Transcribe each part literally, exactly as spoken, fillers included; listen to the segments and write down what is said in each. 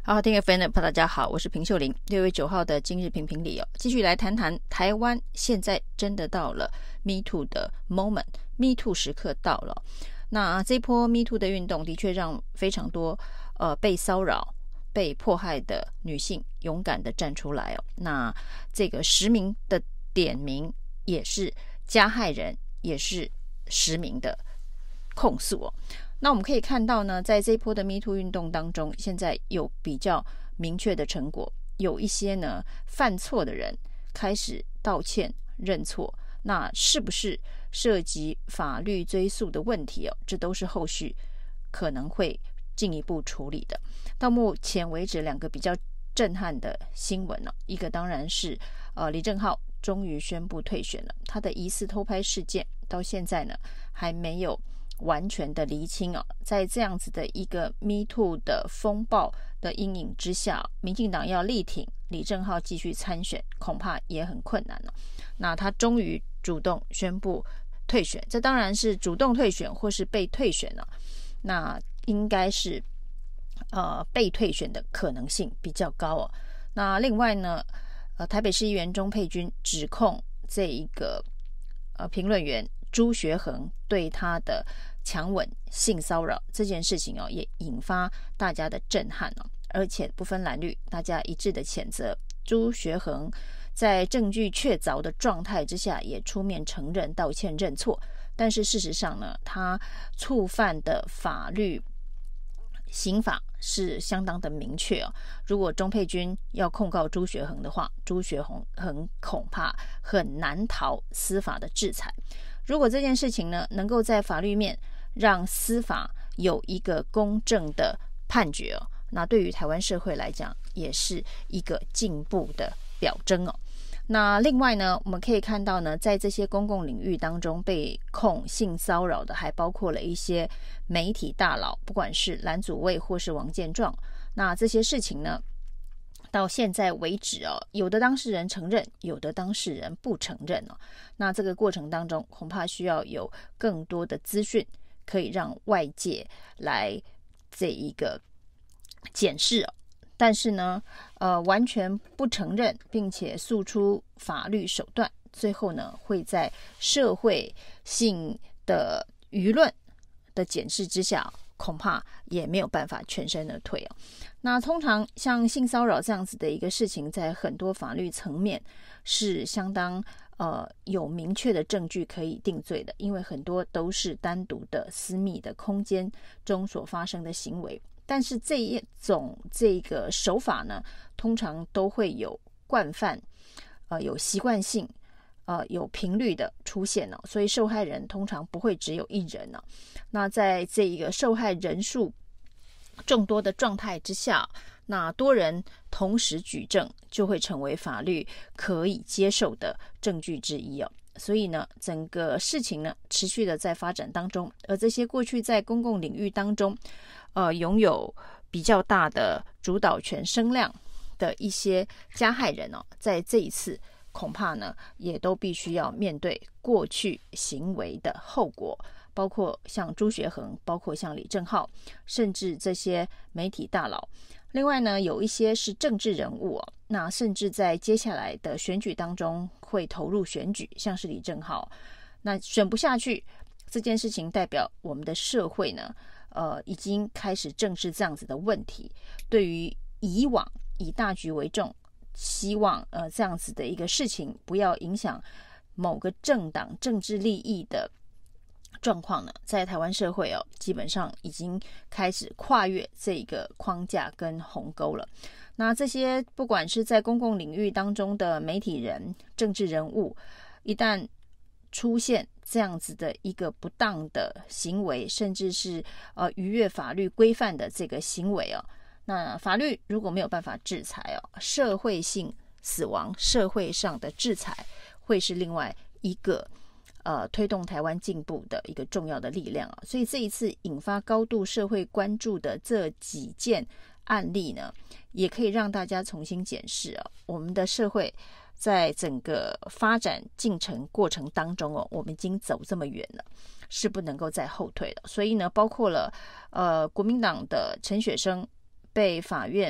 好好听 F M 的大家好，我是平秀玲。六月九号的今日评评理哦，继续来谈谈台湾现在真的到了 Me Too 的 moment，Me Too 时刻到了。那这波 Me Too 的运动的确让非常多呃被骚扰、被迫害的女性勇敢的站出来哦。那这个实名的点名也是加害人，也是实名的控诉哦。那我们可以看到呢，在这一波的 Me Too 运动当中，现在有比较明确的成果，有一些呢犯错的人开始道歉认错，那是不是涉及法律追诉的问题哦？这都是后续可能会进一步处理的。到目前为止，两个比较震撼的新闻呢、哦，一个当然是呃李正皓终于宣布退选了，他的疑似偷拍事件到现在呢还没有完全的厘清哦，在这样子的一个 Me Too 的风暴的阴影之下，民进党要力挺李正皓继续参选，恐怕也很困难了、哦。那他终于主动宣布退选，这当然是主动退选或是被退选了、哦，那应该是呃被退选的可能性比较高哦。那另外呢，呃，台北市议员钟佩君指控这一个呃评论员朱学恒对他的强吻性骚扰这件事情哦，也引发大家的震撼哦，而且不分蓝绿，大家一致的谴责朱学恒在证据确凿的状态之下，也出面承认道歉认错。但是事实上呢，他触犯的法律刑法是相当的明确哦。如果钟佩君要控告朱学恒的话，朱学恒很恐怕很难逃司法的制裁。如果这件事情呢，能够在法律面让司法有一个公正的判决哦，那对于台湾社会来讲，也是一个进步的表征哦。那另外呢，我们可以看到呢，在这些公共领域当中被控性骚扰的，还包括了一些媒体大佬，不管是蓝祖蔚或是王建壮。那这些事情呢，到现在为止哦，有的当事人承认，有的当事人不承认哦。那这个过程当中，恐怕需要有更多的资讯，可以让外界来这一个检视哦。但是呢，呃，完全不承认，并且诉出法律手段，最后呢，会在社会性的舆论的检视之下，恐怕也没有办法全身而退哦。那通常像性骚扰这样子的一个事情，在很多法律层面是相当呃有明确的证据可以定罪的，因为很多都是单独的私密的空间中所发生的行为。但是这一种这个手法呢，通常都会有惯犯，呃，有习惯性，呃，有频率的出现呢、哦，所以受害人通常不会只有一人呢、哦。那在这一个受害人数众多的状态之下，那多人同时举证，就会成为法律可以接受的证据之一哦。所以呢，整个事情呢，持续的在发展当中，而这些过去在公共领域当中，呃，拥有比较大的主导权声量的一些加害人哦，在这一次恐怕呢，也都必须要面对过去行为的后果，包括像朱学恒，包括像李正皓，甚至这些媒体大佬。另外呢，有一些是政治人物哦，那甚至在接下来的选举当中会投入选举，像是李正皓，那选不下去这件事情，代表我们的社会呢，呃，已经开始正视这样子的问题。对于以往以大局为重，希望呃这样子的一个事情不要影响某个政党政治利益的状况呢，在台湾社会哦，基本上已经开始跨越这个框架跟鸿沟了。那这些不管是在公共领域当中的媒体人、政治人物，一旦出现这样子的一个不当的行为，甚至是呃逾越法律规范的这个行为哦，那法律如果没有办法制裁哦，社会性死亡、社会上的制裁会是另外一个呃，推动台湾进步的一个重要的力量啊，所以这一次引发高度社会关注的这几件案例呢，也可以让大家重新检视啊，我们的社会在整个发展进程过程当中哦，我们已经走这么远了，是不能够再后退了。所以呢，包括了呃国民党的陈雪生被法院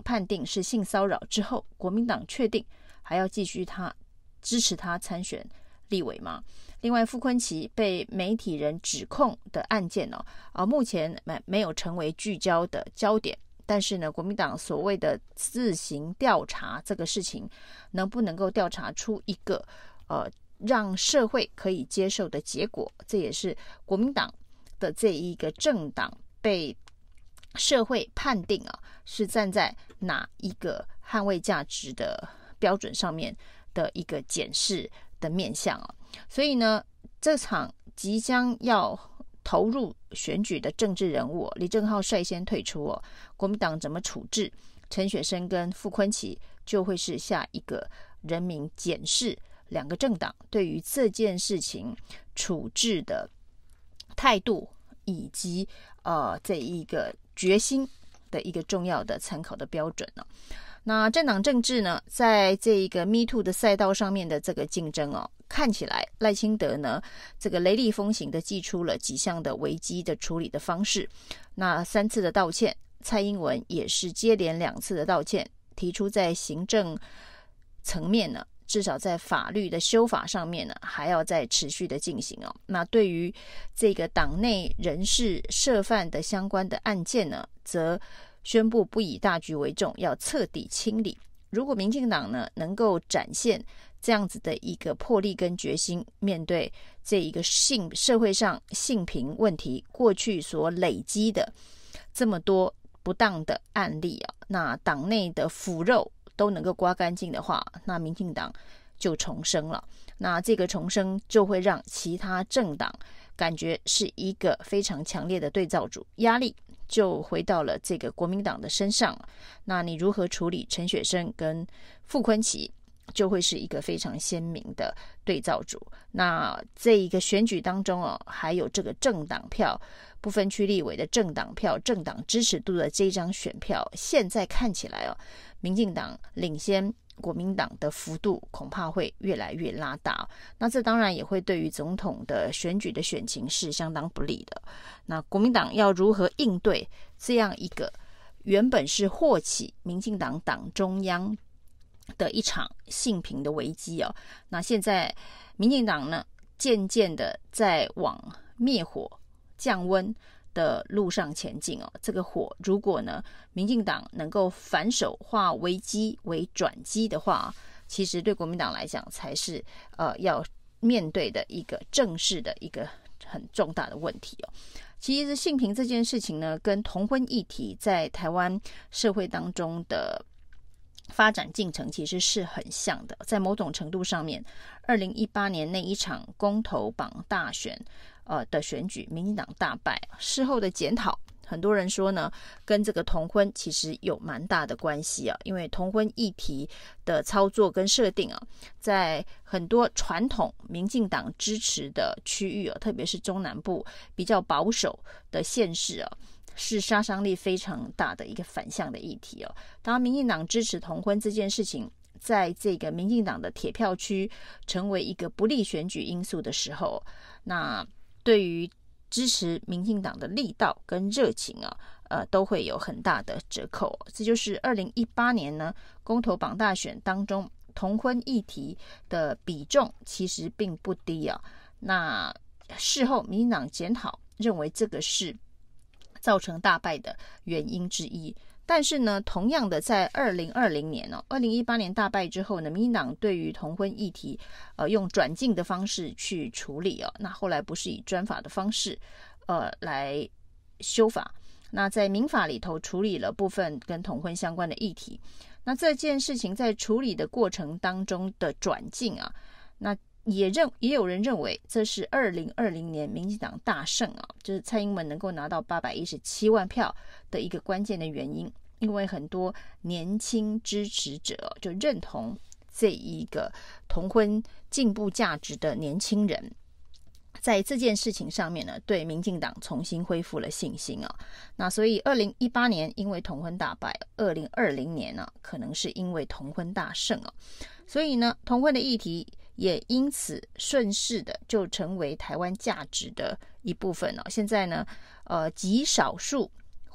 判定是性骚扰之后，国民党确定还要继续他支持他参选立委吗？另外，傅崐萁被媒体人指控的案件呢、哦，啊，目前没没有成为聚焦的焦点。但是呢，国民党所谓的自行调查这个事情，能不能够调查出一个呃让社会可以接受的结果？这也是国民党的这一个政党被社会判定啊，是站在哪一个捍卫价值的标准上面的一个检视的面向啊。所以呢，这场即将要投入选举的政治人物、哦、李正皓率先退出哦，国民党怎么处置陈雪生跟傅崐萁，就会是下一个人民检视两个政党对于这件事情处置的态度以及呃这一个决心的一个重要的参考的标准呢、哦。那政党政治呢，在这一个 Me Too 的赛道上面的这个竞争哦，看起来赖清德呢，这个雷厉风行的祭出了几项的危机的处理的方式。那三次的道歉，蔡英文也是接连两次的道歉，提出在行政层面呢，至少在法律的修法上面呢，还要再持续的进行哦。那对于这个党内人事涉犯的相关的案件呢，则宣布不以大局为重，要彻底清理。如果民进党呢能够展现这样子的一个魄力跟决心，面对这一个性社会上性平问题过去所累积的这么多不当的案例啊，那党内的腐肉都能够刮干净的话，那民进党就重生了。那这个重生就会让其他政党感觉是一个非常强烈的对照组，压力就回到了这个国民党的身上。那你如何处理陈雪生跟傅崐萁，就会是一个非常鲜明的对照组。那这一个选举当中哦，还有这个政党票不分区立委的政党票、政党支持度的这张选票，现在看起来哦，民进党领先国民党的幅度恐怕会越来越拉大。那这当然也会对于总统的选举的选情是相当不利的。那国民党要如何应对这样一个原本是祸起民进党党中央的一场性平的危机哦？那现在民进党呢，渐渐的在往灭火降温的路上前进哦。这个火如果呢，民进党能够反手化危机为转机的话，其实对国民党来讲才是呃要面对的一个正式的一个很重大的问题哦。其实性平这件事情呢，跟同婚议题在台湾社会当中的发展进程其实是很像的。在某种程度上面，二零一八年那一场公投榜大选呃的选举，民进党大败，事后的检讨，很多人说呢，跟这个同婚其实有蛮大的关系啊。因为同婚议题的操作跟设定啊，在很多传统民进党支持的区域啊，特别是中南部比较保守的县市啊，是杀伤力非常大的一个反向的议题哦。当民进党支持同婚这件事情，在这个民进党的铁票区成为一个不利选举因素的时候，那对于支持民进党的力道跟热情啊，呃，都会有很大的折扣。这就是二零一八年呢公投榜大选当中同婚议题的比重其实并不低啊。那事后民进党检讨认为这个是造成大败的原因之一。但是呢，同样的在二零二零年哦，二零一八年大败之后呢，民进党对于同婚议题呃用转进的方式去处理哦，那后来不是以专法的方式呃来修法，那在民法里头处理了部分跟同婚相关的议题。那这件事情在处理的过程当中的转进啊，那也认也有人认为这是二零二零年民进党大胜啊，就是蔡英文能够拿到八百一十七万票的一个关键的原因。因为很多年轻支持者就认同这一个同婚进步价值的年轻人，在这件事情上面呢，对民进党重新恢复了信心啊。那所以二零一八年因为同婚大败，二零二零年呢可能是因为同婚大胜啊。所以呢，同婚的议题也因此顺势的就成为台湾价值的一部分了。现在呢，呃，极少数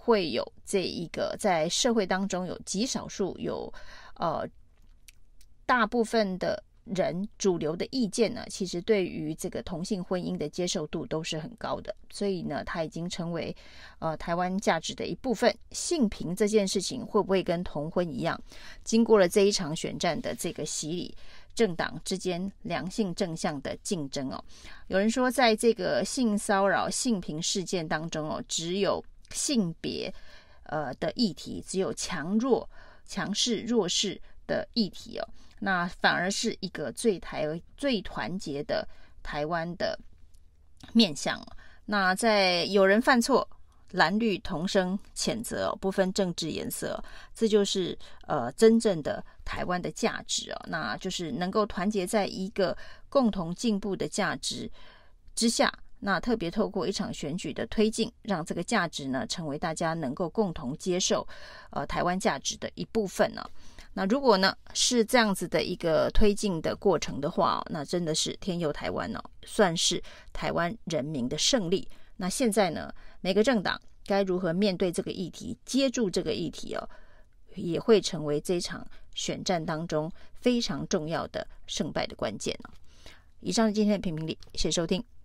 会有这一个在社会当中有极少数有呃大部分的人主流的意见呢，其实对于这个同性婚姻的接受度都是很高的，所以呢，它已经成为呃台湾价值的一部分。性平这件事情会不会跟同婚一样，经过了这一场选战的这个洗礼，政党之间良性正向的竞争哦？有人说，在这个性骚扰、性平事件当中哦，只有性别呃的议题，只有强弱、强势、弱势的议题哦。那反而是一个最台最团结的台湾的面向。那在有人犯错，蓝绿同声谴责，不分政治颜色，这就是呃真正的台湾的价值哦。那就是能够团结在一个共同进步的价值之下。那特别透过一场选举的推进，让这个价值呢成为大家能够共同接受呃台湾价值的一部分呢。那如果呢是这样子的一个推进的过程的话，那真的是天佑台湾哦，算是台湾人民的胜利。那现在呢，每个政党该如何面对这个议题，接住这个议题哦，也会成为这场选战当中非常重要的胜败的关键哦。以上是今天的评评理，谢谢收听。